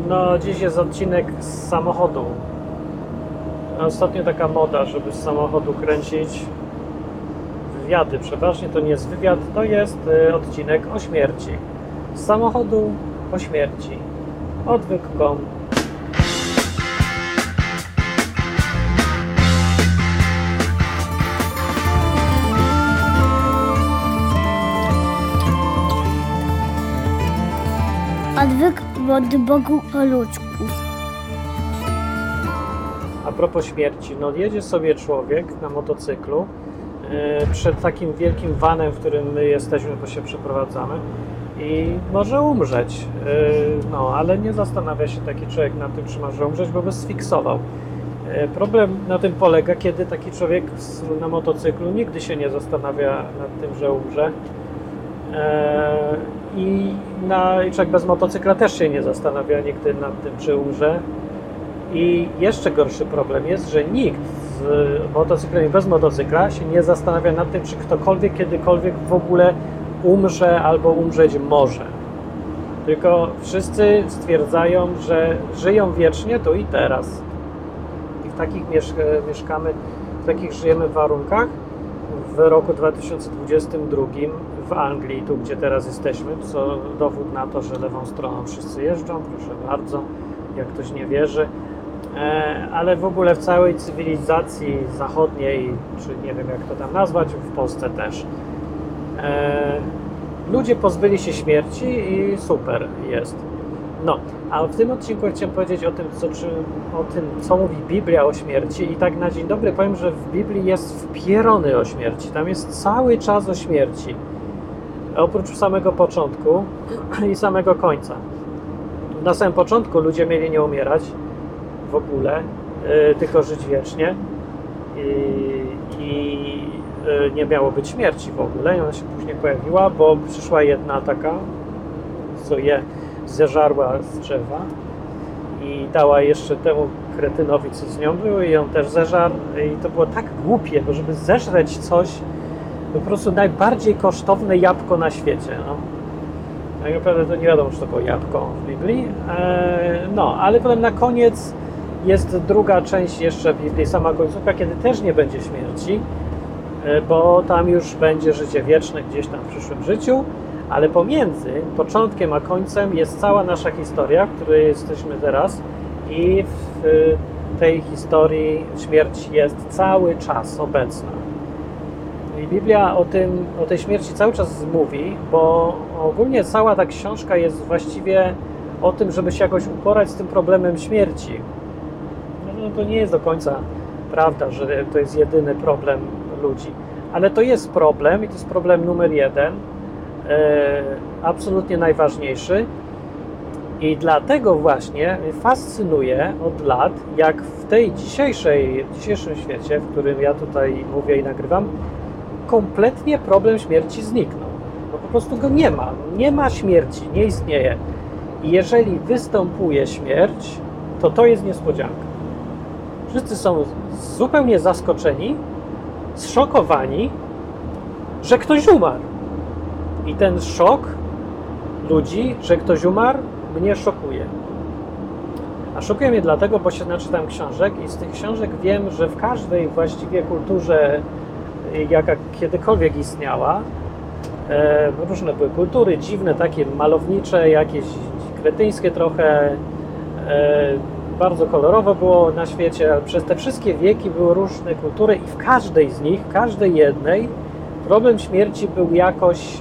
No, dziś jest odcinek z samochodu. Ostatnio taka moda, żeby z samochodu kręcić wywiady. Przeważnie to nie jest wywiad, to jest odcinek o śmierci. Z samochodu o śmierci. Odwyk.com. Odwyk od Bogu po ludzku. A propos śmierci, no jedzie sobie człowiek na motocyklu przed takim wielkim vanem, w którym my jesteśmy, bo się przeprowadzamy i może umrzeć. No, ale nie zastanawia się taki człowiek nad tym, czy może umrzeć, bo by sfiksował. Problem na tym polega, kiedy taki człowiek na motocyklu nigdy się nie zastanawia nad tym, że umrze. I człowiek bez motocykla też się nie zastanawia nigdy nad tym, czy umrze. I jeszcze gorszy problem jest, że nikt z motocyklem i bez motocykla się nie zastanawia nad tym, czy ktokolwiek kiedykolwiek w ogóle umrze albo umrzeć może. Tylko wszyscy stwierdzają, że żyją wiecznie tu i teraz. I w takich mieszkamy, w takich żyjemy warunkach w roku 2022 w Anglii, tu gdzie teraz jesteśmy, co dowód na to, że lewą stroną wszyscy jeżdżą, proszę bardzo, jak ktoś nie wierzy. Ale w ogóle w całej cywilizacji zachodniej, czy nie wiem jak to tam nazwać, w Polsce też, ludzie pozbyli się śmierci i super jest. No, a w tym odcinku chciałem powiedzieć o tym, co mówi Biblia o śmierci i tak na dzień dobry powiem, że w Biblii jest wpierony o śmierci, tam jest cały czas o śmierci, oprócz samego początku i samego końca. Na samym początku ludzie mieli nie umierać w ogóle, tylko żyć wiecznie i nie miało być śmierci w ogóle i ona się później pojawiła, bo przyszła jedna taka, co zeżarła z drzewa i dała jeszcze temu kretynowi, co z nią było i ją też zeżarł i to było tak głupie, bo żeby zeżreć coś, to po prostu najbardziej kosztowne jabłko na świecie, no. Tak naprawdę to nie wiadomo, czy to było jabłko w Biblii, no, ale potem na koniec jest druga część jeszcze Biblii, sama końcówka, kiedy też nie będzie śmierci, bo tam już będzie życie wieczne gdzieś tam w przyszłym życiu, ale pomiędzy początkiem a końcem jest cała nasza historia, w której jesteśmy teraz i w tej historii śmierć jest cały czas obecna. I Biblia o tej śmierci cały czas mówi, bo ogólnie cała ta książka jest właściwie o tym, żeby się jakoś uporać z tym problemem śmierci. No to nie jest do końca prawda, że to jest jedyny problem ludzi, ale to jest problem i to jest problem numer jeden, absolutnie najważniejszy i dlatego właśnie fascynuje od lat, jak w tej dzisiejszym świecie, w którym ja tutaj mówię i nagrywam, kompletnie problem śmierci zniknął. No po prostu go nie ma. Nie ma śmierci, nie istnieje. I jeżeli występuje śmierć, to jest niespodzianka. Wszyscy są zupełnie zaskoczeni, zszokowani, że ktoś umarł. I ten szok ludzi, że ktoś umarł, mnie szokuje. A szokuje mnie dlatego, bo się naczytam książek i z tych książek wiem, że w każdej właściwie kulturze, jaka kiedykolwiek istniała, różne były kultury, dziwne, takie malownicze, jakieś kretyńskie trochę, bardzo kolorowo było na świecie, ale przez te wszystkie wieki były różne kultury i w każdej z nich, każdej jednej, problem śmierci był jakoś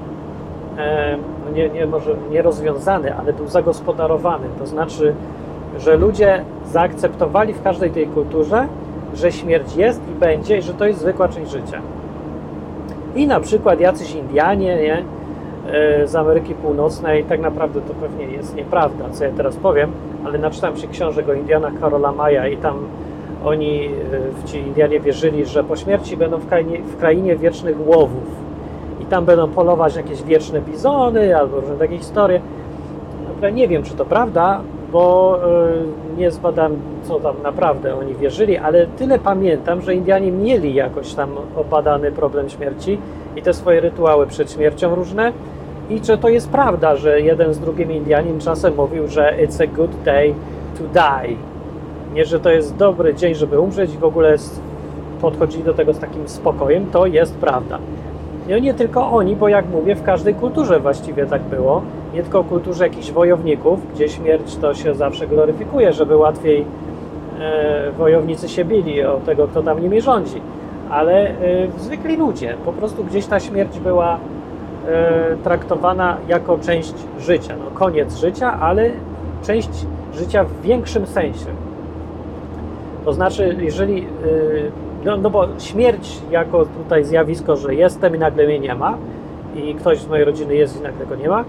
może nie rozwiązany, ale był zagospodarowany. To znaczy, że ludzie zaakceptowali w każdej tej kulturze, że śmierć jest i będzie i że to jest zwykła część życia. I na przykład jacyś Indianie, nie, z Ameryki Północnej, tak naprawdę to pewnie jest nieprawda, co ja teraz powiem, ale naczytałem się książek o Indianach Karola Maya i tam ci Indianie wierzyli, że po śmierci będą w krainie wiecznych łowów i tam będą polować jakieś wieczne bizony albo różne takie historie. No, nie wiem, czy to prawda, bo nie zbadam, co tam naprawdę oni wierzyli, ale tyle pamiętam, że Indianie mieli jakoś tam obadany problem śmierci i te swoje rytuały przed śmiercią różne I czy to jest prawda, że jeden z drugim Indianin czasem mówił, że it's a good day to die. Nie, że to jest dobry dzień, żeby umrzeć i w ogóle podchodzili do tego z takim spokojem, to jest prawda. I nie tylko oni, bo jak mówię, w każdej kulturze właściwie tak było. Nie tylko w kulturze jakichś wojowników, gdzie śmierć to się zawsze gloryfikuje, żeby łatwiej wojownicy się bili o tego, kto tam nimi rządzi. Ale zwykli ludzie, po prostu gdzieś ta śmierć była traktowana jako część życia. No, koniec życia, ale część życia w większym sensie. To znaczy, jeżeli... No bo śmierć jako tutaj zjawisko, że jestem i nagle mnie nie ma i ktoś z mojej rodziny jest i nagle go nie ma,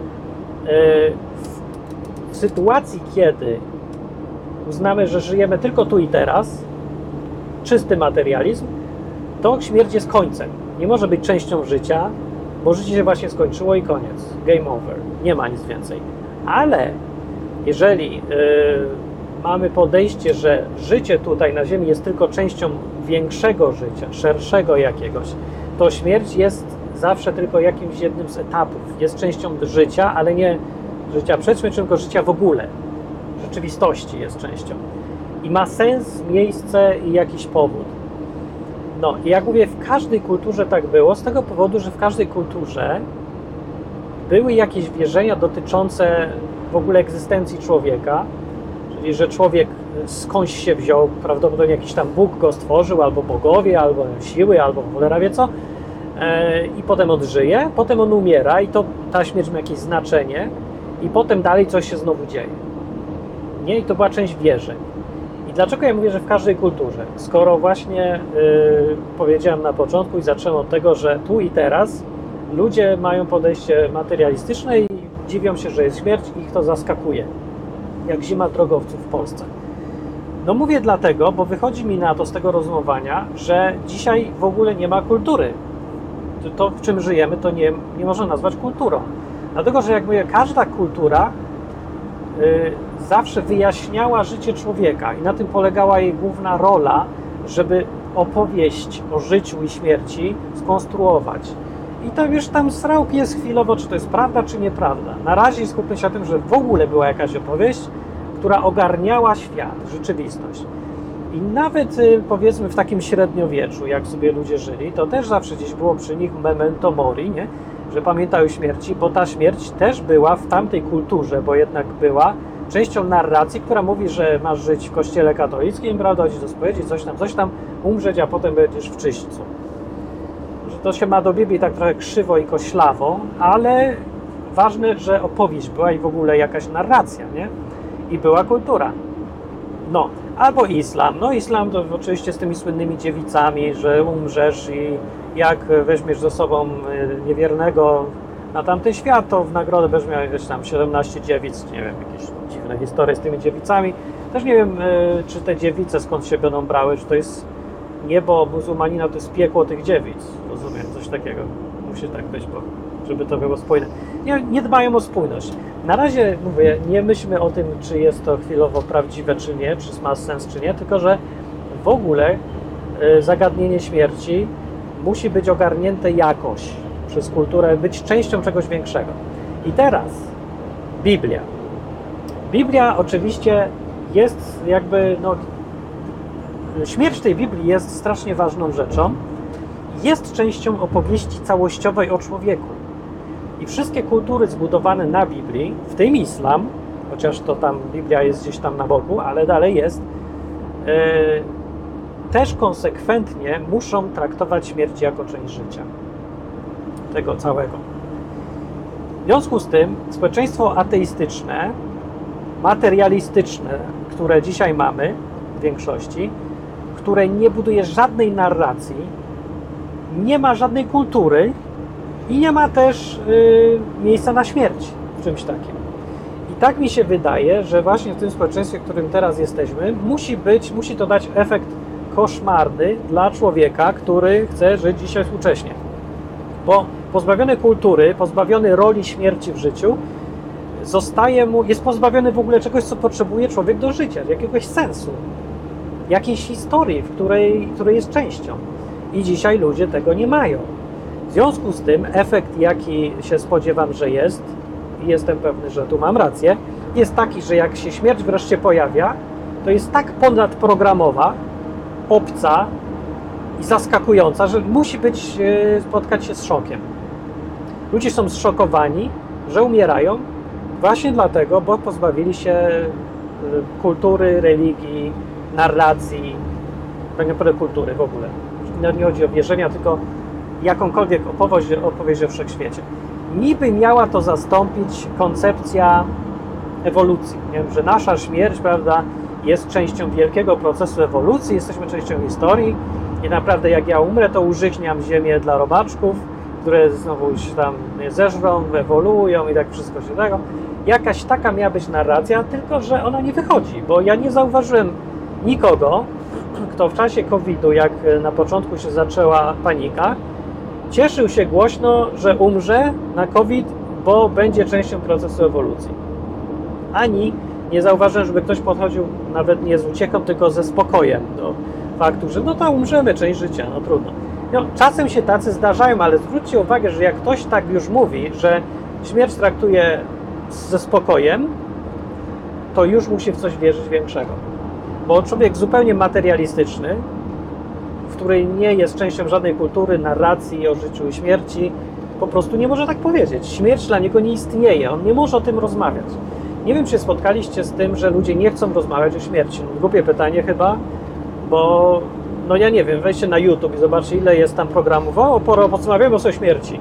w sytuacji, kiedy uznamy, że żyjemy tylko tu i teraz, czysty materializm, to śmierć jest końcem. Nie może być częścią życia, bo życie się właśnie skończyło i koniec. Game over. Nie ma nic więcej. Ale jeżeli mamy podejście, że życie tutaj na Ziemi jest tylko częścią większego życia, szerszego jakiegoś, to śmierć jest zawsze tylko jakimś jednym z etapów. Jest częścią życia, ale nie życia przed śmiercią, tylko życia w ogóle. Rzeczywistości jest częścią. I ma sens, miejsce i jakiś powód. No i jak mówię, w każdej kulturze tak było, z tego powodu, że w każdej kulturze były jakieś wierzenia dotyczące w ogóle egzystencji człowieka, czyli że człowiek skądś się wziął, prawdopodobnie jakiś tam Bóg go stworzył, albo bogowie, albo siły, albo cholera wie co, i potem odżyje, potem on umiera i to ta śmierć ma jakieś znaczenie i potem dalej coś się znowu dzieje. Nie? I to była część wierzeń. I dlaczego ja mówię, że w każdej kulturze? Skoro właśnie powiedziałem na początku i zacząłem od tego, że tu i teraz ludzie mają podejście materialistyczne i dziwią się, że jest śmierć i ich to zaskakuje. Jak zima drogowców w Polsce. No mówię dlatego, bo wychodzi mi na to z tego rozumowania, że dzisiaj w ogóle nie ma kultury. To, w czym żyjemy, to nie można nazwać kulturą. Dlatego, że jak mówię, każda kultura zawsze wyjaśniała życie człowieka i na tym polegała jej główna rola, żeby opowieść o życiu i śmierci skonstruować. I to już tam srałk jest chwilowo, czy to jest prawda, czy nieprawda. Na razie skupmy się na tym, że w ogóle była jakaś opowieść, która ogarniała świat, rzeczywistość. I nawet powiedzmy w takim średniowieczu, jak sobie ludzie żyli, to też zawsze gdzieś było przy nich memento mori, nie? Że pamiętają śmierci, bo ta śmierć też była w tamtej kulturze, bo jednak była częścią narracji, która mówi, że masz żyć w kościele katolickim, prawda, chodzić do spowiedzi, coś tam, umrzeć, a potem będziesz w czyśćcu. Że to się ma do Biblii tak trochę krzywo i koślawo, ale ważne, że opowieść była i w ogóle jakaś narracja, nie? I była kultura. No, albo islam. No islam to oczywiście z tymi słynnymi dziewicami, że umrzesz i jak weźmiesz ze sobą niewiernego na tamten świat, to w nagrodę będziesz miał jakieś tam 17 dziewic, nie wiem, jakieś dziwne historie z tymi dziewicami. Też nie wiem, czy te dziewice skąd się będą brały, czy to jest niebo muzułmanina, to jest piekło tych dziewic. Rozumiem, coś takiego. Musi tak być, bo żeby to było spójne. Nie dbają o spójność. Na razie, mówię, nie myślmy o tym, czy jest to chwilowo prawdziwe, czy nie, czy ma sens, czy nie, tylko że w ogóle zagadnienie śmierci musi być ogarnięte jakoś przez kulturę, być częścią czegoś większego. I teraz Biblia. Biblia oczywiście jest jakby, no, śmierć tej Biblii jest strasznie ważną rzeczą. Jest częścią opowieści całościowej o człowieku. I wszystkie kultury zbudowane na Biblii, w tym islam, chociaż to tam Biblia jest gdzieś tam na boku, ale dalej jest, też konsekwentnie muszą traktować śmierć jako część życia. Tego całego. W związku z tym społeczeństwo ateistyczne, materialistyczne, które dzisiaj mamy w większości, które nie buduje żadnej narracji, nie ma żadnej kultury i nie ma też miejsca na śmierć w czymś takim. I tak mi się wydaje, że właśnie w tym społeczeństwie, w którym teraz jesteśmy, musi to dać efekt koszmarny dla człowieka, który chce żyć dzisiaj współcześnie. Bo pozbawiony kultury, pozbawiony roli śmierci w życiu, jest pozbawiony w ogóle czegoś, co potrzebuje człowiek do życia, jakiegoś sensu, jakiejś historii, której jest częścią. I dzisiaj ludzie tego nie mają. W związku z tym efekt, jaki się spodziewam, że jest, i jestem pewny, że tu mam rację, jest taki, że jak się śmierć wreszcie pojawia, to jest tak ponadprogramowa, obca i zaskakująca, że musi spotkać się z szokiem. Ludzie są zszokowani, że umierają właśnie dlatego, bo pozbawili się kultury, religii, narracji, tak naprawdę kultury w ogóle. Nie chodzi o wierzenia, tylko jakąkolwiek opowieść o wszechświecie. Niby miała to zastąpić koncepcja ewolucji, nie wiem, że nasza śmierć, prawda, jest częścią wielkiego procesu ewolucji, jesteśmy częścią historii i naprawdę jak ja umrę, to użychniam ziemię dla robaczków, które znowu się tam zeżrą, ewoluują i tak wszystko się tego. Jakaś taka miała być narracja, tylko że ona nie wychodzi, bo ja nie zauważyłem nikogo, kto w czasie COVID-u, jak na początku się zaczęła panika, cieszył się głośno, że umrze na COVID, bo będzie częścią procesu ewolucji. Ani nie zauważyłem, żeby ktoś podchodził nawet nie z ucieką, tylko ze spokojem do faktu, że no to umrzemy, część życia, no trudno. No, czasem się tacy zdarzają, ale zwróćcie uwagę, że jak ktoś tak już mówi, że śmierć traktuje ze spokojem, to już musi w coś wierzyć większego. Bo człowiek zupełnie materialistyczny, w której nie jest częścią żadnej kultury, narracji o życiu i śmierci, po prostu nie może tak powiedzieć. Śmierć dla niego nie istnieje, on nie może o tym rozmawiać. Nie wiem, czy spotkaliście z tym, że ludzie nie chcą rozmawiać o śmierci. No, głupie pytanie chyba, bo no ja nie wiem, wejdźcie na YouTube i zobaczcie, ile jest tam programów. O, porozmawiamy o śmierci.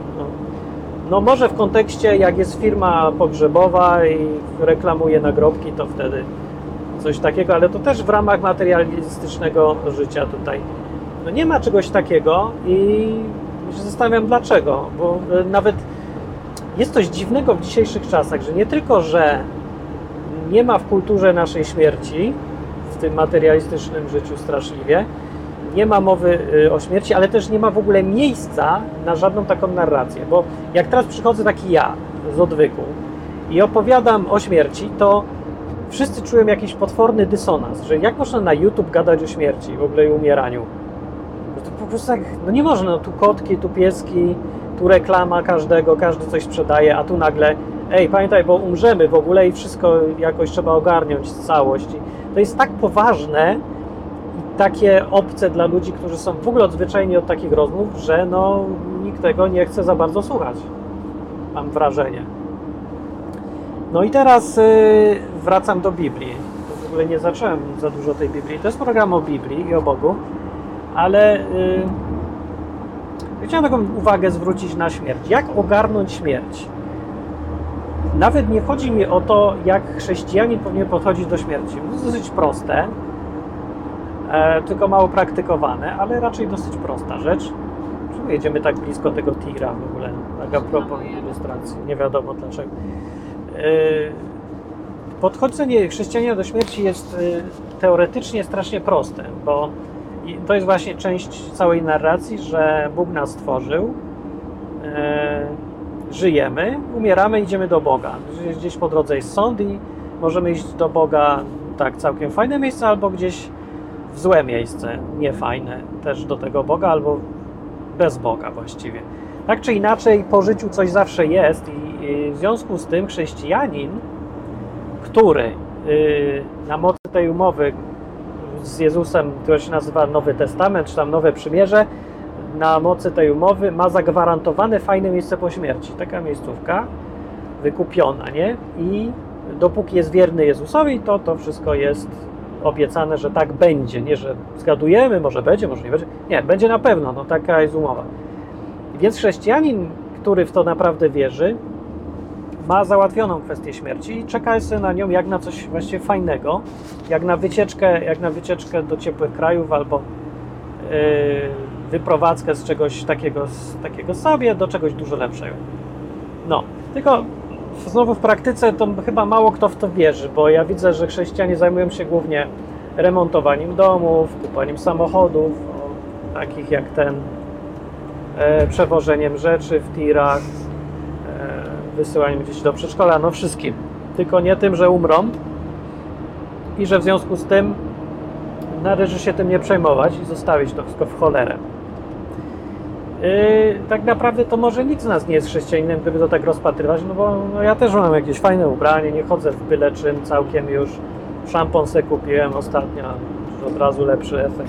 No może w kontekście, jak jest firma pogrzebowa i reklamuje nagrobki, to wtedy coś takiego, ale to też w ramach materialistycznego życia tutaj. No nie ma czegoś takiego i się zastanawiam dlaczego, bo nawet jest coś dziwnego w dzisiejszych czasach, że nie tylko, że nie ma w kulturze naszej śmierci, w tym materialistycznym życiu straszliwie, nie ma mowy o śmierci, ale też nie ma w ogóle miejsca na żadną taką narrację, bo jak teraz przychodzę taki ja z odwyku i opowiadam o śmierci, to wszyscy czują jakiś potworny dysonans, że jak można na YouTube gadać o śmierci w ogóle i umieraniu? No to po prostu tak, no nie można, no tu kotki, tu pieski, tu reklama każdego, każdy coś sprzedaje, a tu nagle, ej, pamiętaj, bo umrzemy w ogóle i wszystko jakoś trzeba ogarnąć całość. To jest tak poważne i takie obce dla ludzi, którzy są w ogóle odzwyczajeni od takich rozmów, że no nikt tego nie chce za bardzo słuchać. Mam wrażenie. No i teraz wracam do Biblii. W ogóle nie zacząłem za dużo tej Biblii. To jest program o Biblii i o Bogu, ale chciałem taką uwagę zwrócić na śmierć. Jak ogarnąć śmierć? Nawet nie chodzi mi o to, jak chrześcijanin powinien podchodzić do śmierci. To jest dosyć proste, tylko mało praktykowane, ale raczej dosyć prosta rzecz. Czemu jedziemy tak blisko tego tira w ogóle? Tak a propos ilustracji. Nie wiadomo dlaczego. Podchodzenie chrześcijanina do śmierci jest teoretycznie strasznie proste, bo to jest właśnie część całej narracji, że Bóg nas stworzył, żyjemy, umieramy, idziemy do Boga. Gdzieś po drodze jest sąd i możemy iść do Boga tak całkiem fajne miejsce, albo gdzieś w złe miejsce, niefajne też do tego Boga, albo bez Boga właściwie. Tak czy inaczej po życiu coś zawsze jest i w związku z tym chrześcijanin, który na mocy tej umowy z Jezusem, która się nazywa Nowy Testament, czy tam Nowe Przymierze, na mocy tej umowy ma zagwarantowane fajne miejsce po śmierci. Taka miejscówka wykupiona, nie? I dopóki jest wierny Jezusowi, to wszystko jest obiecane, że tak będzie. Nie, że zgadujemy, może będzie, może nie będzie. Nie, będzie na pewno, no taka jest umowa. Więc chrześcijanin, który w to naprawdę wierzy, ma załatwioną kwestię śmierci i czeka sobie na nią jak na coś właściwie fajnego, jak na wycieczkę do ciepłych krajów albo wyprowadzkę z czegoś takiego sobie do czegoś dużo lepszego. No, tylko znowu w praktyce to chyba mało kto w to wierzy, bo ja widzę, że chrześcijanie zajmują się głównie remontowaniem domów, kupowaniem samochodów, takich jak ten, przewożeniem rzeczy w tirach, wysyłaniem dzieci do przedszkola, no wszystkim. Tylko nie tym, że umrą i że w związku z tym należy się tym nie przejmować i zostawić to wszystko w cholerę. tak naprawdę to może nikt z nas nie jest chrześcijaninem, gdyby to tak rozpatrywać, no bo no ja też mam jakieś fajne ubranie, nie chodzę w byle czym całkiem już. Szampon se kupiłem ostatnio, od razu lepszy efekt.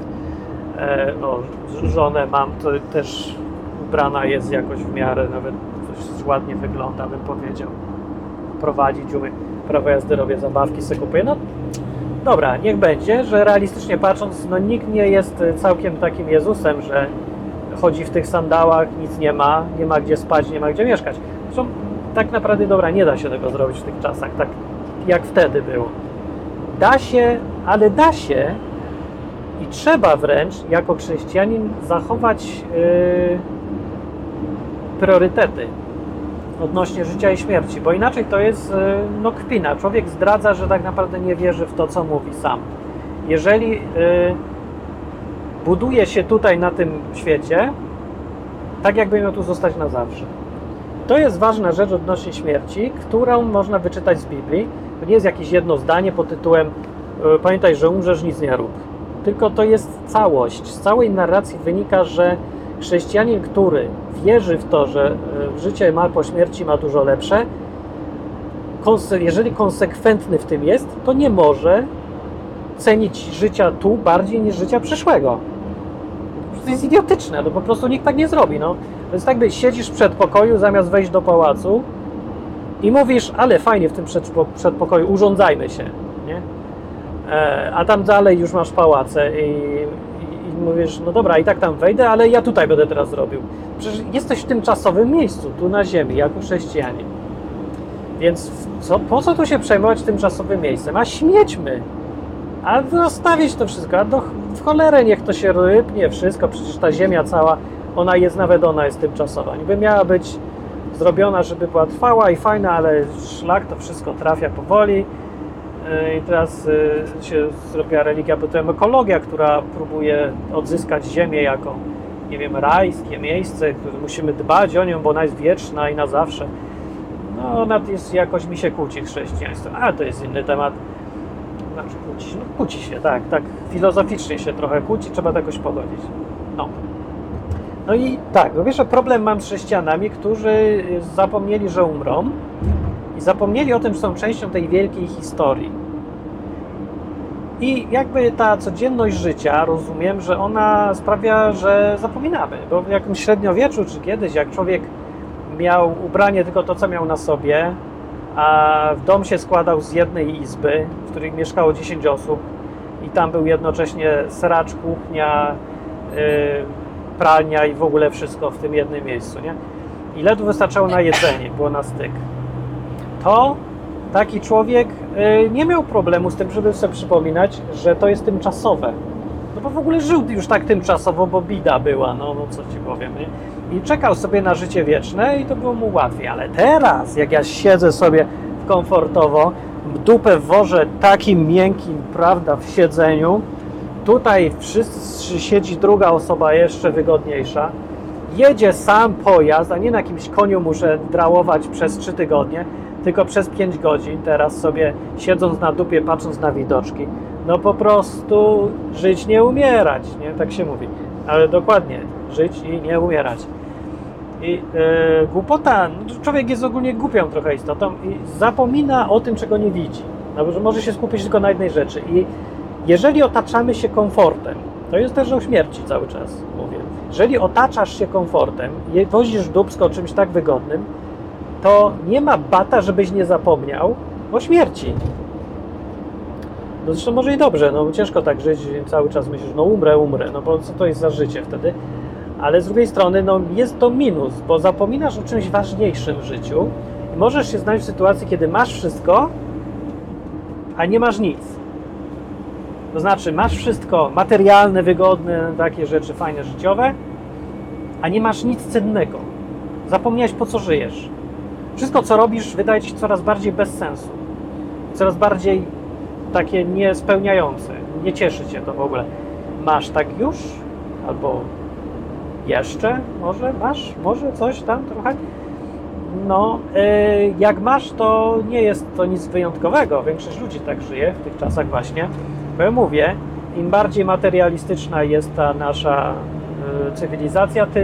Żonę mam, to też ubrana jest jakoś w miarę, nawet coś ładnie wygląda, bym powiedział. Prowadzić umie, prawo jazdy robię, zabawki se kupuję. No dobra, niech będzie, że realistycznie patrząc, no nikt nie jest całkiem takim Jezusem, że chodzi w tych sandałach, nic nie ma gdzie spać, nie ma gdzie mieszkać. Zresztą tak naprawdę, dobra, nie da się tego zrobić w tych czasach, tak jak wtedy było. Da się, ale da się i trzeba wręcz jako chrześcijanin zachować priorytety odnośnie życia i śmierci, bo inaczej to jest no kpina. Człowiek zdradza, że tak naprawdę nie wierzy w to, co mówi sam. Jeżeli buduje się tutaj na tym świecie, tak jakby miał tu zostać na zawsze. To jest ważna rzecz odnośnie śmierci, którą można wyczytać z Biblii. To nie jest jakieś jedno zdanie pod tytułem pamiętaj, że umrzesz, nic nie rób. Tylko to jest całość. Z całej narracji wynika, że chrześcijanin, który wierzy w to, że życie po śmierci ma dużo lepsze, jeżeli konsekwentny w tym jest, to nie może cenić życia tu bardziej niż życia przyszłego. To jest idiotyczne, no po prostu nikt tak nie zrobi. No. To jest tak, by siedzisz w przedpokoju zamiast wejść do pałacu i mówisz, ale fajnie w tym przedpokoju, urządzajmy się, nie? A tam dalej już masz pałace i mówisz, no dobra, i tak tam wejdę, ale ja tutaj będę teraz robił. Przecież jesteś w tymczasowym miejscu, tu na ziemi, jako chrześcijanin. Więc po co tu się przejmować tymczasowym miejscem? A śmiećmy! A zostawić to wszystko, a w cholerę niech to się rypnie wszystko, przecież ta ziemia cała, ona jest tymczasowa. Niby miała być zrobiona, żeby była trwała i fajna, ale szlak to wszystko trafia powoli. I teraz się zrobiła religia, potem ekologia, która próbuje odzyskać ziemię jako, nie wiem, rajskie miejsce, które musimy dbać o nią, bo ona jest wieczna i na zawsze. No ona jest, jakoś mi się kłóci chrześcijaństwo, ale to jest inny temat. Znaczy kłóci się, tak, filozoficznie się trochę kłóci, trzeba to jakoś pogodzić. No i tak, no wiesz, że problem mam z chrześcijanami, którzy zapomnieli, że umrą i zapomnieli o tym, że są częścią tej wielkiej historii. I jakby ta codzienność życia, rozumiem, że ona sprawia, że zapominamy, bo w jakimś średniowieczu czy kiedyś, jak człowiek miał ubranie tylko to, co miał na sobie, a w dom się składał z jednej izby, w której mieszkało 10 osób i tam był jednocześnie seracz, kuchnia, pralnia i w ogóle wszystko w tym jednym miejscu, nie? I ledwo wystarczało na jedzenie, było na styk. To taki człowiek nie miał problemu z tym, żeby sobie przypominać, że to jest tymczasowe. No bo w ogóle żył już tak tymczasowo, bo bida była, no co ci powiem, nie? I czekał sobie na życie wieczne i to było mu łatwiej. Ale teraz, jak ja siedzę sobie komfortowo, dupę wożę takim miękkim, prawda, w siedzeniu, tutaj siedzi druga osoba jeszcze wygodniejsza, jedzie sam pojazd, a nie na jakimś koniu muszę drałować przez 3 tygodnie, tylko przez 5 godzin, teraz sobie siedząc na dupie, patrząc na widoczki, no po prostu żyć, nie umierać, nie? Tak się mówi, ale dokładnie, żyć i nie umierać. I głupota, człowiek jest ogólnie głupią trochę istotą i zapomina o tym, czego nie widzi, no, że może się skupić tylko na jednej rzeczy i jeżeli otaczamy się komfortem, to jest też o śmierci cały czas mówię, jeżeli otaczasz się komfortem i wozisz dupsko czymś tak wygodnym, to nie ma bata, żebyś nie zapomniał o śmierci. No zresztą może i dobrze, no ciężko tak żyć, cały czas myślisz, no umrę, no bo co to jest za życie wtedy? Ale z drugiej strony, no jest to minus, bo zapominasz o czymś ważniejszym w życiu i możesz się znaleźć w sytuacji, kiedy masz wszystko, a nie masz nic. To znaczy, masz wszystko materialne, wygodne, takie rzeczy fajne, życiowe, a nie masz nic cennego. Zapomniałeś, po co żyjesz. Wszystko, co robisz, wydaje ci się coraz bardziej bez sensu. Coraz bardziej takie niespełniające. Nie cieszy cię to w ogóle. Masz tak już? Albo jeszcze? Może masz? Może coś tam trochę? No, jak masz, to nie jest to nic wyjątkowego. Większość ludzi tak żyje w tych czasach właśnie. Bo ja mówię, im bardziej materialistyczna jest ta nasza cywilizacja, tym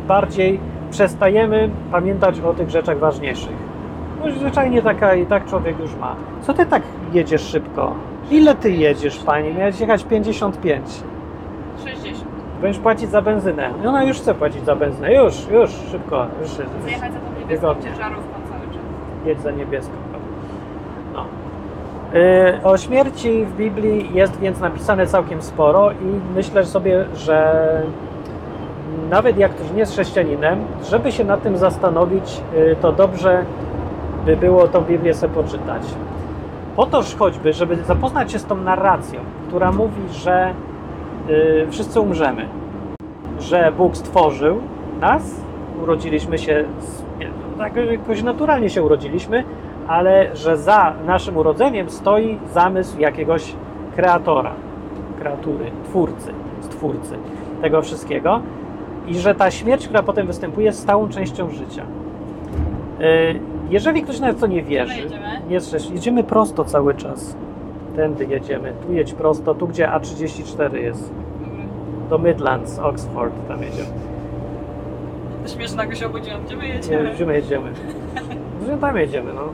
bardziej przestajemy pamiętać o tych rzeczach ważniejszych. No zwyczajnie taka i tak człowiek już ma. Co ty tak jedziesz szybko? Ile ty jedziesz, pani? Miałeś jechać 55. 60. Będziesz płacić za benzynę. I ona już chce płacić za benzynę. Już, szybko. Już Zajechać za tą niebieską wygodnie. ciężarówką cały czas. Jedź za niebieską. No. O śmierci w Biblii jest więc napisane całkiem sporo i myślę sobie, że nawet jak ktoś nie jest chrześcijaninem, żeby się nad tym zastanowić, to dobrze by było tą Biblię sobie poczytać. Po toż choćby, żeby zapoznać się z tą narracją, która mówi, że wszyscy umrzemy, że Bóg stworzył nas, urodziliśmy się, tak jakoś naturalnie się urodziliśmy, ale że za naszym urodzeniem stoi zamysł jakiegoś kreatora, kreatury, stwórcy tego wszystkiego i że ta śmierć, która potem występuje, jest stałą częścią życia. Jeżeli ktoś nawet w to nie wierzy, jedziemy prosto cały czas. Tędy jedziemy, tu jedź prosto, tu gdzie A34 jest. Do Midlands, Oxford, tam jedziemy. Śmiesznego się obudziłam. Gdzie my jedziemy? Gdzie my jedziemy? Że tam jedziemy, no.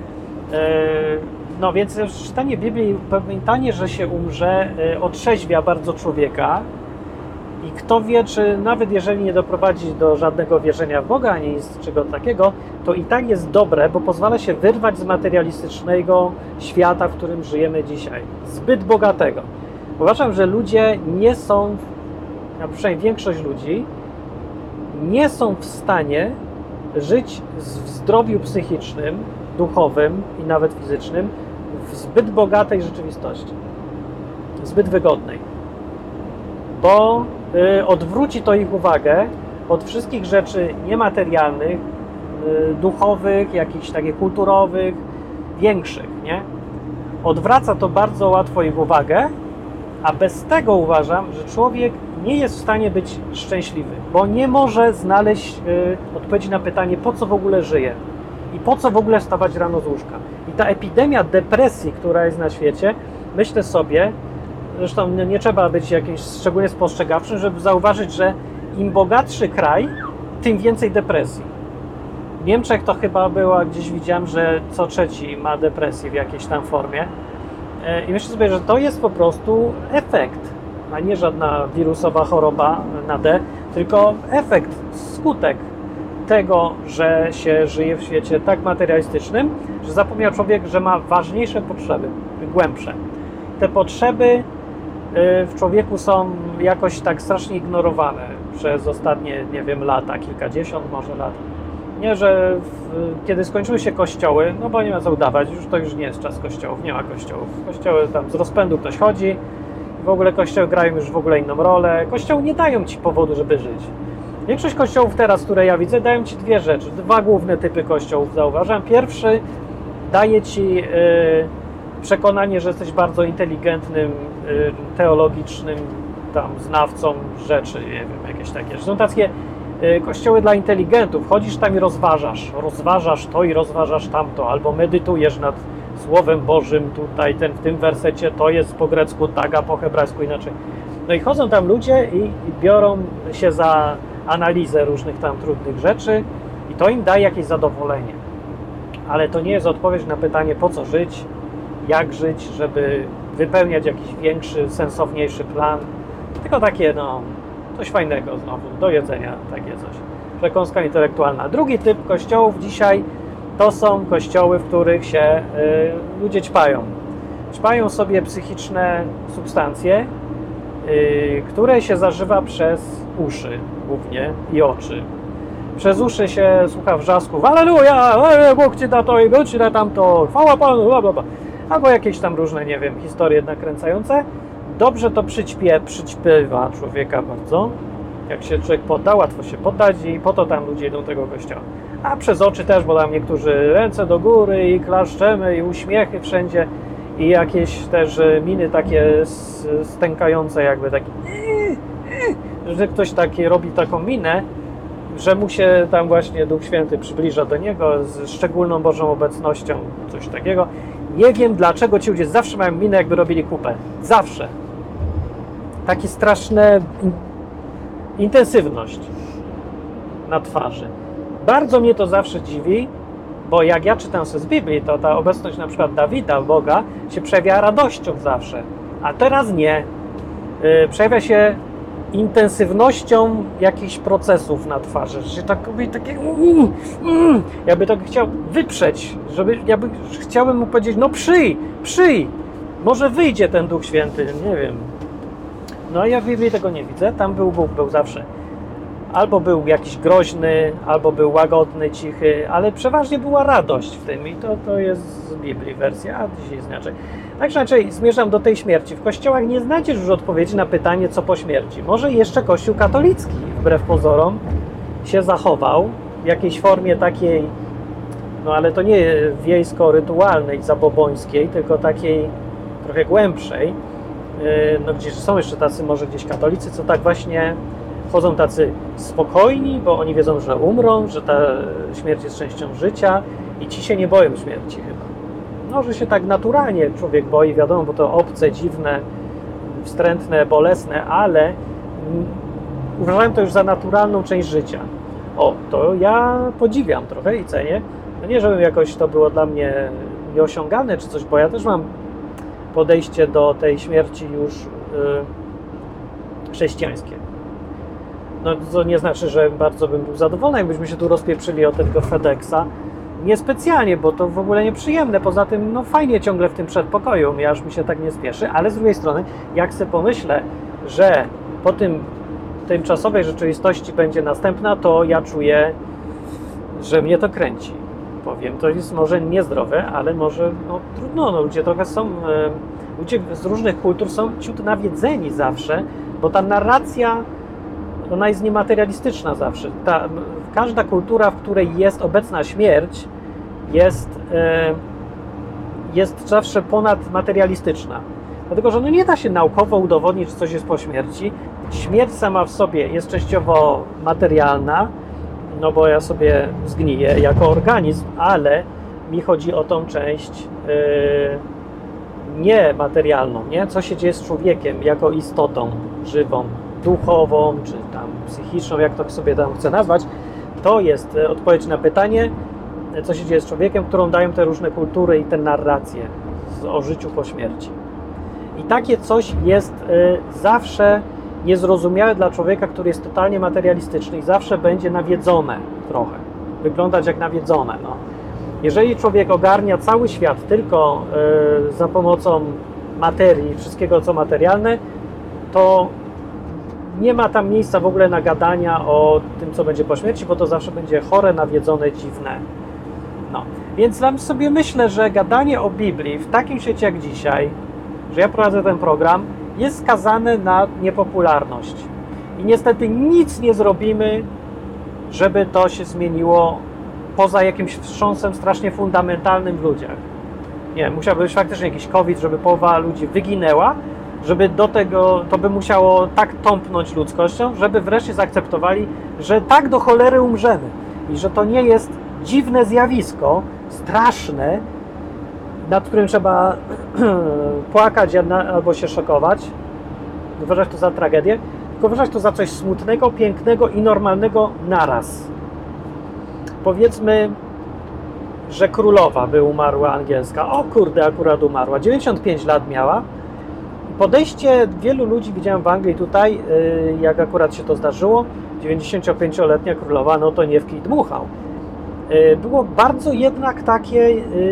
No więc czytanie Biblii, pamiętanie, że się umrze, otrzeźwia bardzo człowieka i kto wie, czy nawet jeżeli nie doprowadzi do żadnego wierzenia w Boga, ani nic czego takiego, to i tak jest dobre, bo pozwala się wyrwać z materialistycznego świata, w którym żyjemy dzisiaj. Zbyt bogatego. Uważam, że ludzie nie są, a przynajmniej większość ludzi, nie są w stanie żyć w zdrowiu psychicznym, duchowym i nawet fizycznym w zbyt bogatej rzeczywistości. Zbyt wygodnej. Bo odwróci to ich uwagę od wszystkich rzeczy niematerialnych, duchowych, jakichś takich kulturowych, większych, nie? Odwraca to bardzo łatwo ich uwagę, a bez tego uważam, że człowiek nie jest w stanie być szczęśliwy, bo nie może znaleźć odpowiedzi na pytanie, po co w ogóle żyje i po co w ogóle wstawać rano z łóżka. I ta epidemia depresji, która jest na świecie, myślę sobie, zresztą nie trzeba być jakimś szczególnie spostrzegawczym, żeby zauważyć, że im bogatszy kraj, tym więcej depresji. W Niemczech to chyba była, gdzieś widziałem, że co trzeci ma depresję w jakiejś tam formie. I myślę sobie, że to jest po prostu efekt, a nie żadna wirusowa choroba na D, tylko efekt, skutek tego, że się żyje w świecie tak materialistycznym, że zapomniał człowiek, że ma ważniejsze potrzeby, głębsze. Te potrzeby w człowieku są jakoś tak strasznie ignorowane przez ostatnie, nie wiem, lata, kilkadziesiąt może lat. Nie, że kiedy skończyły się kościoły, no bo nie ma co udawać, już to już nie jest czas kościołów, nie ma kościołów. Kościoły tam z rozpędu ktoś chodzi, w ogóle kościoły grają już w ogóle inną rolę. Kościoły nie dają ci powodu, żeby żyć. Większość kościołów teraz, które ja widzę, dają ci dwie rzeczy, dwa główne typy kościołów zauważam. Pierwszy daje ci przekonanie, że jesteś bardzo inteligentnym, teologicznym tam znawcą rzeczy, nie wiem, jakieś takie. Są takie kościoły dla inteligentów. Chodzisz tam i rozważasz to i rozważasz tamto, albo medytujesz nad Słowem Bożym, tutaj w tym wersecie to jest po grecku tak, a po hebrajsku inaczej. No i chodzą tam ludzie i biorą się za analizę różnych tam trudnych rzeczy i to im daje jakieś zadowolenie. Ale to nie jest odpowiedź na pytanie, po co żyć, jak żyć, żeby wypełniać jakiś większy, sensowniejszy plan, tylko takie, no, coś fajnego znowu, do jedzenia, takie coś. Przekąska intelektualna. Drugi typ kościołów dzisiaj to są kościoły, w których się ludzie ćpają. Ćpają sobie psychiczne substancje, które się zażywa przez uszy głównie i oczy. Przez uszy się słucha wrzasków, Alleluja, Bóg ci da to i Bóg ci da tamto, chwała Panu, bla bla bla. Albo jakieś tam różne, nie wiem, historie nakręcające. Dobrze to przyćpiewa człowieka bardzo. Jak się człowiek podda, łatwo się poddać i po to tam ludzie idą do tego kościoła. A przez oczy też, bo tam niektórzy ręce do góry i klaszczemy i uśmiechy wszędzie i jakieś też miny takie stękające jakby takie, że ktoś taki robi taką minę, że mu się tam właśnie Duch Święty przybliża do niego z szczególną Bożą obecnością, coś takiego. Nie wiem, dlaczego ci ludzie zawsze mają minę, jakby robili kupę. Zawsze. Takie straszne intensywność. na twarzy. Bardzo mnie to zawsze dziwi, bo jak ja czytam sobie z Biblii, to ta obecność na przykład Dawida, Boga, się przejawia radością zawsze, a teraz nie. Przejawia się intensywnością jakichś procesów na twarzy, że się tak robi takie jakby tak chciał wyprzeć, chciałbym mu powiedzieć, no przyj, może wyjdzie ten Duch Święty, nie wiem. No ja w Biblii tego nie widzę, tam Bóg był zawsze. Albo był jakiś groźny, albo był łagodny, cichy, ale przeważnie była radość w tym i to jest z Biblii wersja, a dzisiaj jest inaczej. Także raczej zmierzam do tej śmierci. W kościołach nie znajdziesz już odpowiedzi na pytanie, co po śmierci. Może jeszcze Kościół katolicki, wbrew pozorom, się zachował w jakiejś formie takiej, no ale to nie wiejsko-rytualnej, zabobońskiej, tylko takiej trochę głębszej, no gdzieś są jeszcze tacy może gdzieś katolicy, co tak właśnie chodzą tacy spokojni, bo oni wiedzą, że umrą, że ta śmierć jest częścią życia i ci się nie boją śmierci chyba. No, że się tak naturalnie człowiek boi, wiadomo, bo to obce, dziwne, wstrętne, bolesne, ale uważałem to już za naturalną część życia. O, to ja podziwiam trochę i cenię. No nie, żebym jakoś to było dla mnie nieosiągalne czy coś, bo ja też mam podejście do tej śmierci już chrześcijańskie. No to nie znaczy, że bardzo bym był zadowolony, jakbyśmy się tu rozpieprzyli o tego FedExa. Niespecjalnie, bo to w ogóle nieprzyjemne. Poza tym, no fajnie ciągle w tym przedpokoju, aż mi się tak nie spieszy, ale z drugiej strony, jak sobie pomyślę, że po tym tymczasowej rzeczywistości będzie następna, to ja czuję, że mnie to kręci. Powiem, to jest może niezdrowe, ale może no, trudno, no, ludzie trochę są, ludzie z różnych kultur są ciut nawiedzeni zawsze, bo ta narracja, ona jest niematerialistyczna zawsze. Każda kultura, w której jest obecna śmierć, jest zawsze ponadmaterialistyczna. Dlatego, że no nie da się naukowo udowodnić, że coś jest po śmierci. Śmierć sama w sobie jest częściowo materialna, no bo ja sobie zgniję jako organizm, ale mi chodzi o tą część niematerialną, nie? Co się dzieje z człowiekiem jako istotą żywą, duchową, czy tam psychiczną, jak to sobie tam chcę nazwać. To jest odpowiedź na pytanie, co się dzieje z człowiekiem, którą dają te różne kultury i te narracje o życiu po śmierci. I takie coś jest zawsze niezrozumiałe dla człowieka, który jest totalnie materialistyczny i zawsze będzie nawiedzone trochę. Wyglądać jak nawiedzone. No. Jeżeli człowiek ogarnia cały świat tylko za pomocą materii, wszystkiego co materialne, to nie ma tam miejsca w ogóle na gadania o tym, co będzie po śmierci, bo to zawsze będzie chore, nawiedzone, dziwne. No. Więc tam sobie myślę, że gadanie o Biblii w takim świecie jak dzisiaj, że ja prowadzę ten program, jest skazane na niepopularność. I niestety nic nie zrobimy, żeby to się zmieniło poza jakimś wstrząsem strasznie fundamentalnym w ludziach. Nie, musiałby być faktycznie jakiś COVID, żeby połowa ludzi wyginęła, żeby do tego, to by musiało tak tąpnąć ludzkością, żeby wreszcie zaakceptowali, że tak do cholery umrzemy i że to nie jest dziwne zjawisko, straszne, nad którym trzeba płakać albo się szokować, uważać to za tragedię, tylko uważać to za coś smutnego, pięknego i normalnego naraz. Powiedzmy, że królowa by umarła angielska. O kurde, akurat umarła. 95 lat miała. Podejście wielu ludzi widziałem w Anglii tutaj, jak akurat się to zdarzyło, 95-letnia królowa, no to nie w kij dmuchał. Było bardzo jednak takie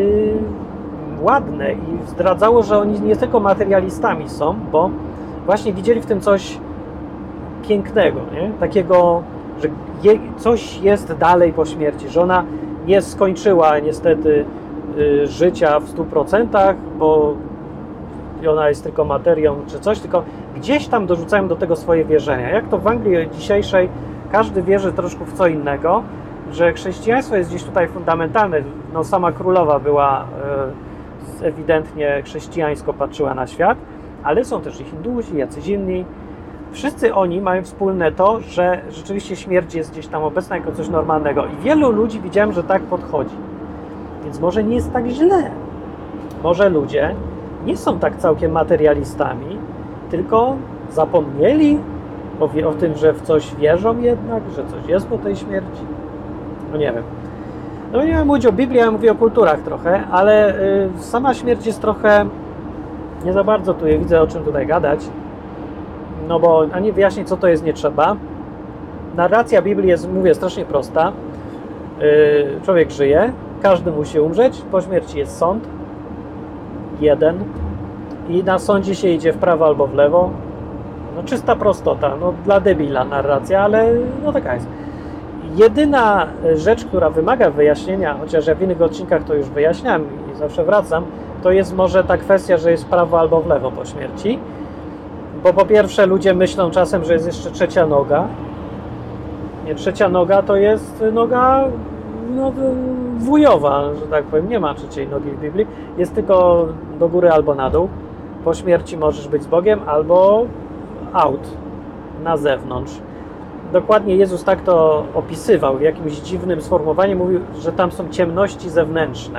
ładne i zdradzało, że oni nie tylko materialistami są, bo właśnie widzieli w tym coś pięknego, nie? Takiego, że coś jest dalej po śmierci, że ona nie skończyła niestety życia w 100%, bo ona jest tylko materią czy coś, tylko gdzieś tam dorzucają do tego swoje wierzenia. Jak to w Anglii dzisiejszej każdy wierzy troszkę w co innego, że chrześcijaństwo jest gdzieś tutaj fundamentalne. No, sama królowa była ewidentnie chrześcijańsko patrzyła na świat, ale są też i Hindusi, jacyś inni. Wszyscy oni mają wspólne to, że rzeczywiście śmierć jest gdzieś tam obecna jako coś normalnego. I wielu ludzi widziałem, że tak podchodzi. Więc może nie jest tak źle. Może ludzie nie są tak całkiem materialistami, tylko zapomnieli, o tym, że w coś wierzą jednak, że coś jest po tej śmierci. No nie wiem. No nie mam mówić o Biblii, ja mówię o kulturach trochę, ale sama śmierć jest trochę, nie za bardzo tu widzę o czym tutaj gadać, no bo ani wyjaśnić co to jest nie trzeba. Narracja Biblii jest, mówię, strasznie prosta. Człowiek żyje, każdy musi umrzeć, po śmierci jest sąd, jeden, i na sądzie się idzie w prawo albo w lewo. No czysta prostota, no dla debila narracja, ale no taka jest. Jedyna rzecz, która wymaga wyjaśnienia, chociaż ja w innych odcinkach to już wyjaśniam i zawsze wracam, to jest może ta kwestia, że jest w prawo albo w lewo po śmierci. Bo po pierwsze ludzie myślą czasem, że jest jeszcze trzecia noga. Nie, trzecia noga to jest noga no, wujowa, że tak powiem. Nie ma trzeciej nogi w Biblii. Jest tylko do góry albo na dół. Po śmierci możesz być z Bogiem albo out, na zewnątrz. Dokładnie Jezus tak to opisywał w jakimś dziwnym sformułowaniu. Mówił, że tam są ciemności zewnętrzne.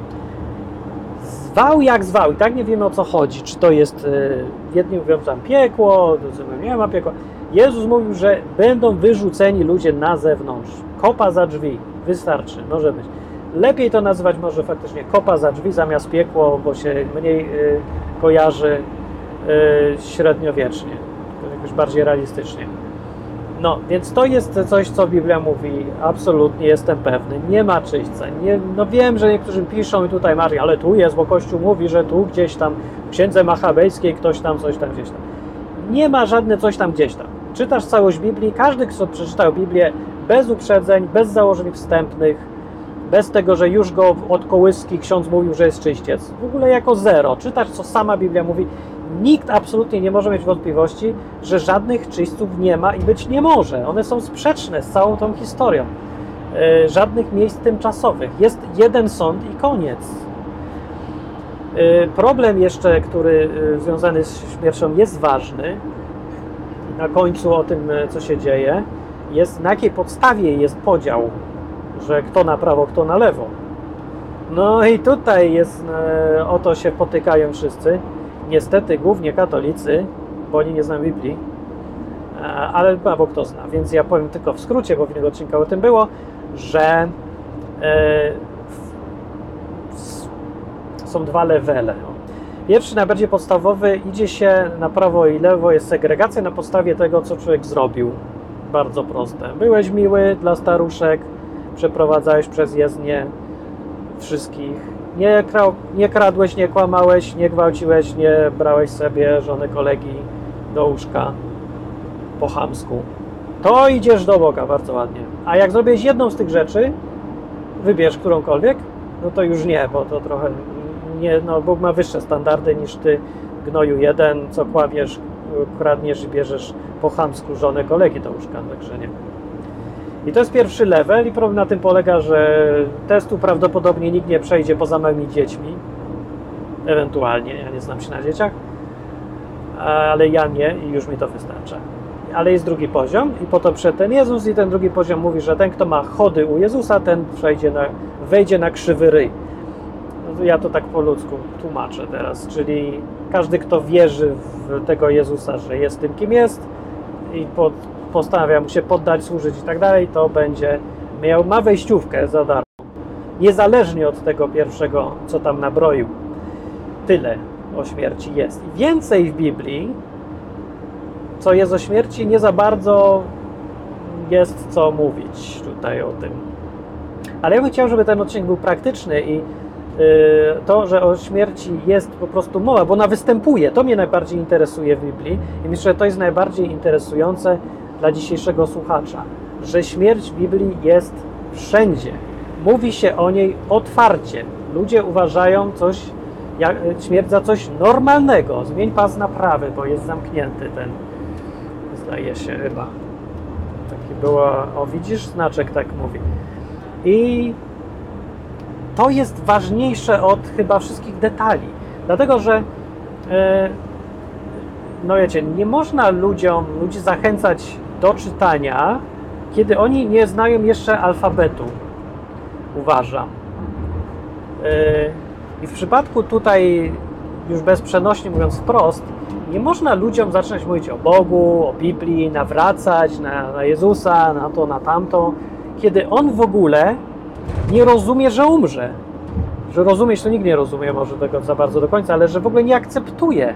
Zwał jak zwał i tak nie wiemy o co chodzi. Czy to jest, jedni mówią tam piekło, drudzy mówią nie ma piekła. Jezus mówił, że będą wyrzuceni ludzie na zewnątrz. Kopa za drzwi. Wystarczy, może być. Lepiej to nazywać może faktycznie kopa za drzwi zamiast piekło, bo się mniej kojarzy średniowiecznie. Jakoś bardziej realistycznie. No, więc to jest coś, co Biblia mówi, absolutnie jestem pewny, nie ma czyśćca. Nie, no wiem, że niektórzy piszą i tutaj Marii, ale tu jest, bo Kościół mówi, że tu gdzieś tam w Księdze Machabejskiej ktoś tam, coś tam, gdzieś tam. Nie ma żadne coś tam, gdzieś tam. Czytasz całość Biblii, każdy, kto przeczytał Biblię bez uprzedzeń, bez założeń wstępnych, bez tego, że już go od kołyski ksiądz mówił, że jest czyściec. W ogóle jako zero. Czytasz, co sama Biblia mówi. Nikt absolutnie nie może mieć wątpliwości, że żadnych czyśćców nie ma i być nie może. One są sprzeczne z całą tą historią. Żadnych miejsc tymczasowych. Jest jeden sąd i koniec. Problem jeszcze, który związany z śmiercią jest ważny, na końcu o tym, co się dzieje, jest na jakiej podstawie jest podział, że kto na prawo, kto na lewo. No i tutaj jest, o to się potykają wszyscy. Niestety głównie katolicy, bo oni nie znają Biblii, ale bo kto zna, więc ja powiem tylko w skrócie, bo w innych odcinkach o tym było, że są dwa levele. Pierwszy, najbardziej podstawowy, idzie się na prawo i lewo, jest segregacja na podstawie tego, co człowiek zrobił. Bardzo proste. Byłeś miły dla staruszek, przeprowadzałeś przez jezdnię wszystkich. Nie kradłeś, nie kłamałeś, nie gwałciłeś, nie brałeś sobie żony kolegi do łóżka po chamsku. To idziesz do Boga bardzo ładnie. A jak zrobisz jedną z tych rzeczy, wybierz którąkolwiek, no to już nie, bo to trochę nie, no Bóg ma wyższe standardy niż ty, gnoju jeden, co kłamiesz, kradniesz i bierzesz po chamsku żonę kolegi do łóżka, także nie. I to jest pierwszy level i problem na tym polega, że testu prawdopodobnie nikt nie przejdzie poza małymi dziećmi. Ewentualnie, ja nie znam się na dzieciach, ale ja nie i już mi to wystarcza. Ale jest drugi poziom i po to przyszedł ten Jezus i ten drugi poziom mówi, że ten, kto ma chody u Jezusa, ten wejdzie na krzywy ryj. No, ja to tak po ludzku tłumaczę teraz, czyli każdy, kto wierzy w tego Jezusa, że jest tym, kim jest i postanawia mu się poddać, służyć i tak dalej, to ma wejściówkę za darmo. Niezależnie od tego pierwszego, co tam nabroił. Tyle o śmierci jest. I więcej w Biblii, co jest o śmierci, nie za bardzo jest co mówić tutaj o tym. Ale ja bym chciał, żeby ten odcinek był praktyczny i to, że o śmierci jest po prostu mowa, bo ona występuje, to mnie najbardziej interesuje w Biblii i myślę, że to jest najbardziej interesujące dla dzisiejszego słuchacza, że śmierć w Biblii jest wszędzie. Mówi się o niej otwarcie. Ludzie uważają śmierć za coś normalnego. Zmień pas na prawy, bo jest zamknięty ten, zdaje się chyba. Taki była, o widzisz, znaczek tak mówi. I to jest ważniejsze od chyba wszystkich detali. Dlatego, że no wiecie, nie można ludzi zachęcać do czytania, kiedy oni nie znają jeszcze alfabetu. Uważam. I w przypadku tutaj już bezprzenośnie mówiąc wprost, nie można ludziom zacząć mówić o Bogu, o Biblii, nawracać na Jezusa, na to, na tamto, kiedy on w ogóle nie rozumie, że umrze. Że rozumieć to nikt nie rozumie może tego za bardzo do końca, ale że w ogóle nie akceptuje,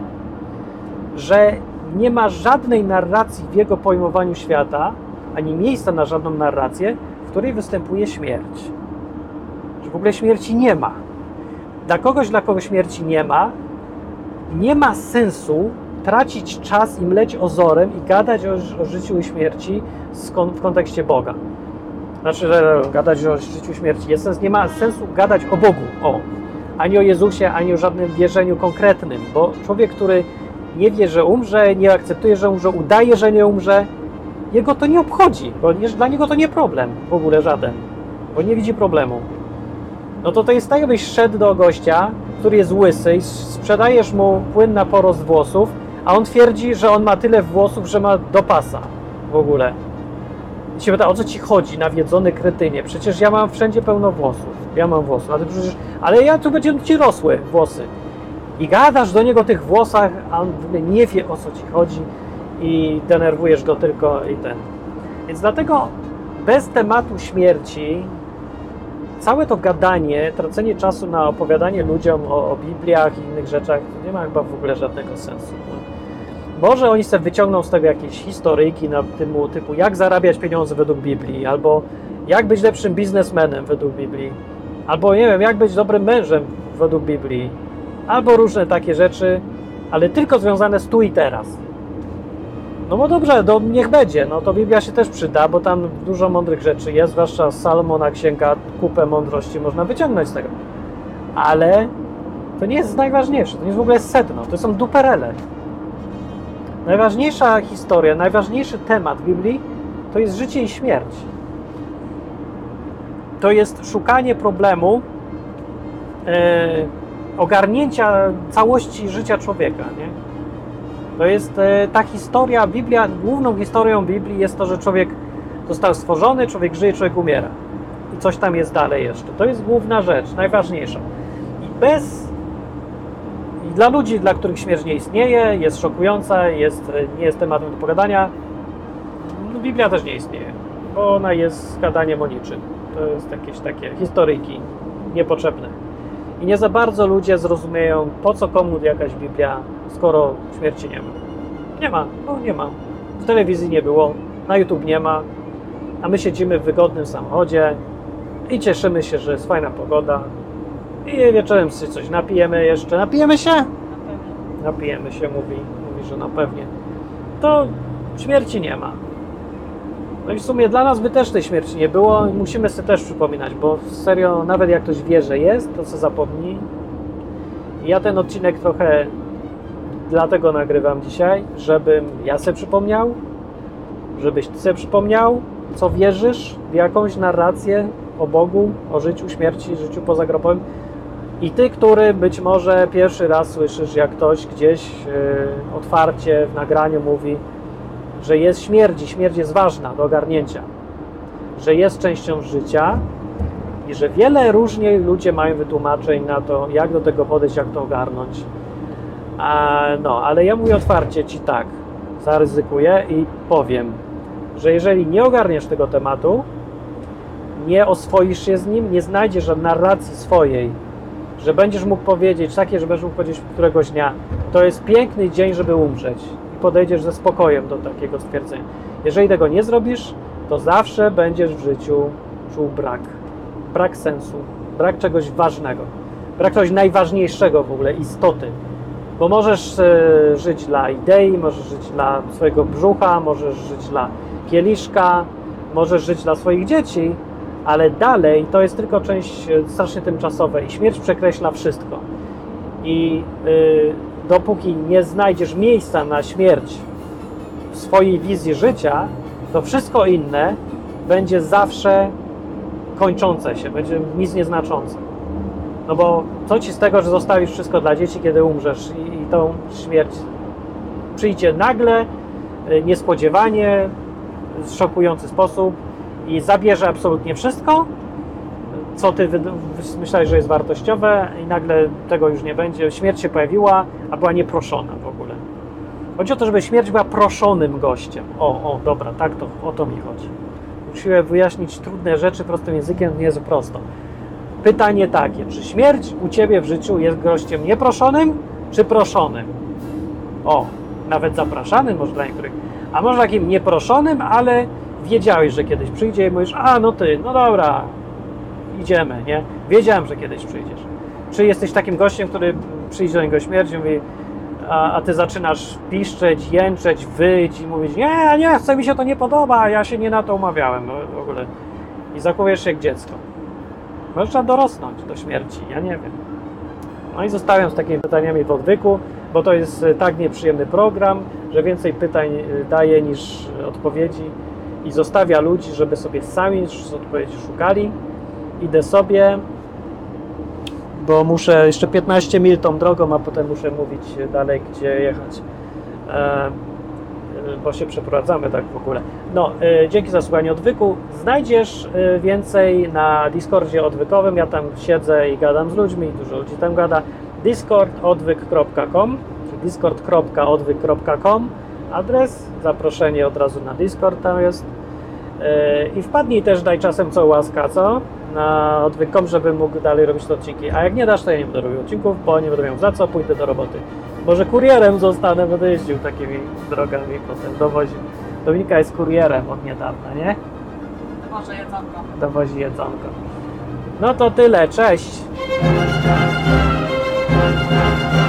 że nie ma żadnej narracji w jego pojmowaniu świata, ani miejsca na żadną narrację, w której występuje śmierć. Że w ogóle śmierci nie ma. Dla kogo śmierci nie ma sensu tracić czas i mleć ozorem i gadać o życiu i śmierci w kontekście Boga. Znaczy, że gadać o życiu i śmierci jest sens. Nie ma sensu gadać o Bogu, ani o Jezusie, ani o żadnym wierzeniu konkretnym, bo człowiek, który nie wie, że umrze, nie akceptuje, że umrze, udaje, że nie umrze, jego to nie obchodzi, bo dla niego to nie problem w ogóle żaden, bo nie widzi problemu. No to jest tak, jakbyś szedł do gościa, który jest łysy i sprzedajesz mu płyn na porost włosów, a on twierdzi, że on ma tyle włosów, że ma do pasa w ogóle. I się pyta, o co ci chodzi, nawiedzony kretynie? Przecież ja mam wszędzie pełno włosów. Ja mam włosy, ale ja tu będą ci rosły włosy. I gadasz do niego o tych włosach, a on w ogóle nie wie, o co ci chodzi i denerwujesz go tylko i ten. Więc dlatego bez tematu śmierci całe to gadanie, tracenie czasu na opowiadanie ludziom o Bibliach i innych rzeczach, to nie ma chyba w ogóle żadnego sensu. No. Może oni sobie wyciągną z tego jakieś historyjki na typu jak zarabiać pieniądze według Biblii, albo jak być lepszym biznesmenem według Biblii, albo nie wiem, jak być dobrym mężem według Biblii, albo różne takie rzeczy, ale tylko związane z tu i teraz. No bo dobrze, niech będzie, no to Biblia się też przyda, bo tam dużo mądrych rzeczy jest, zwłaszcza Salomona księga, kupę mądrości można wyciągnąć z tego. Ale to nie jest najważniejsze, to nie jest w ogóle sedno, to są duperele. Najważniejsza historia, najważniejszy temat Biblii to jest życie i śmierć. To jest szukanie problemu, ogarnięcia całości życia człowieka, nie? To jest ta historia, Biblia, główną historią Biblii jest to, że człowiek został stworzony, człowiek żyje, człowiek umiera. I coś tam jest dalej jeszcze. To jest główna rzecz, najważniejsza. I dla ludzi, dla których śmierć nie istnieje, jest szokująca, nie jest tematem do pogadania, no Biblia też nie istnieje, bo ona jest gadaniem o niczym. To jest jakieś takie historyjki niepotrzebne. I nie za bardzo ludzie zrozumieją, po co komu jakaś Biblia, skoro śmierci nie ma. Nie ma. W telewizji nie było, na YouTube nie ma, a my siedzimy w wygodnym samochodzie i cieszymy się, że jest fajna pogoda i wieczorem sobie coś napijemy jeszcze. Napijemy się? Napijemy się, mówi, że na pewnie. To śmierci nie ma. No i w sumie dla nas by też tej śmierci nie było i musimy sobie też przypominać, bo serio, nawet jak ktoś wie, że jest, to co zapomni. I ja ten odcinek trochę dlatego nagrywam dzisiaj, żebym ja sobie przypomniał, żebyś ty sobie przypomniał, co wierzysz w jakąś narrację o Bogu, o życiu, śmierci, życiu pozagrobowym. I ty, który być może pierwszy raz słyszysz, jak ktoś gdzieś otwarcie w nagraniu mówi, że jest śmierć jest ważna do ogarnięcia, że jest częścią życia i że wiele różnie ludzie mają wytłumaczeń na to, jak do tego podejść, jak to ogarnąć. Ale ja mówię otwarcie ci tak, zaryzykuję i powiem, że jeżeli nie ogarniesz tego tematu, nie oswoisz się z nim, nie znajdziesz narracji swojej, że będziesz mógł powiedzieć takie, że będziesz mógł powiedzieć któregoś dnia, to jest piękny dzień, żeby umrzeć. Podejdziesz ze spokojem do takiego stwierdzenia. Jeżeli tego nie zrobisz, to zawsze będziesz w życiu czuł brak sensu, brak czegoś ważnego, brak czegoś najważniejszego w ogóle, istoty. Bo możesz żyć dla idei, możesz żyć dla swojego brzucha, możesz żyć dla kieliszka, możesz żyć dla swoich dzieci, ale dalej to jest tylko część strasznie tymczasowa i śmierć przekreśla wszystko. I dopóki nie znajdziesz miejsca na śmierć w swojej wizji życia, to wszystko inne będzie zawsze kończące się, będzie nic nieznaczące. No bo co ci z tego, że zostawisz wszystko dla dzieci, kiedy umrzesz i tą śmierć przyjdzie nagle, niespodziewanie, w szokujący sposób i zabierze absolutnie wszystko, co ty myślałeś, że jest wartościowe i nagle tego już nie będzie. Śmierć się pojawiła, a była nieproszona w ogóle. Chodzi o to, żeby śmierć była proszonym gościem. Dobra, tak to, o to mi chodzi. Musiałem wyjaśnić trudne rzeczy prostym językiem, nie jest prosto. Pytanie takie, czy śmierć u ciebie w życiu jest gościem nieproszonym, czy proszonym? Nawet zapraszanym może dla niektórych, a może takim nieproszonym, ale wiedziałeś, że kiedyś przyjdzie i mówisz, no ty, no dobra, idziemy, nie? Wiedziałem, że kiedyś przyjdziesz. Czy jesteś takim gościem, który przyjdzie do niego śmierć i mówi, a ty zaczynasz piszczeć, jęczeć, wyć i mówić, nie, chce mi się to nie podoba, ja się nie na to umawiałem w ogóle. I zachowujesz się jak dziecko. Może trzeba dorosnąć do śmierci, ja nie wiem. No i zostawiam z takimi pytaniami w odwyku, bo to jest tak nieprzyjemny program, że więcej pytań daje niż odpowiedzi i zostawia ludzi, żeby sobie sami odpowiedzi szukali. Idę sobie, bo muszę jeszcze 15 mil tą drogą, a potem muszę mówić dalej, gdzie jechać. Bo się przeprowadzamy tak w ogóle. Dzięki za słuchanie odwyku. Znajdziesz więcej na Discordzie odwykowym. Ja tam siedzę i gadam z ludźmi, dużo ludzi tam gada. discordodwyk.com czy discord.odwyk.com adres, zaproszenie od razu na Discord tam jest. I wpadnij też, daj czasem co łaska, co? Na odwyk.com, żeby mógł dalej robić te odcinki. A jak nie dasz, to ja nie będę robił odcinków, bo nie będę miał za co, pójdę do roboty. Może kurierem zostanę, będę jeździł takimi drogami, potem dowoził. Dominika jest kurierem od niedawna, nie? Może jedzonko. Dowozi jedzonko. No to tyle, cześć!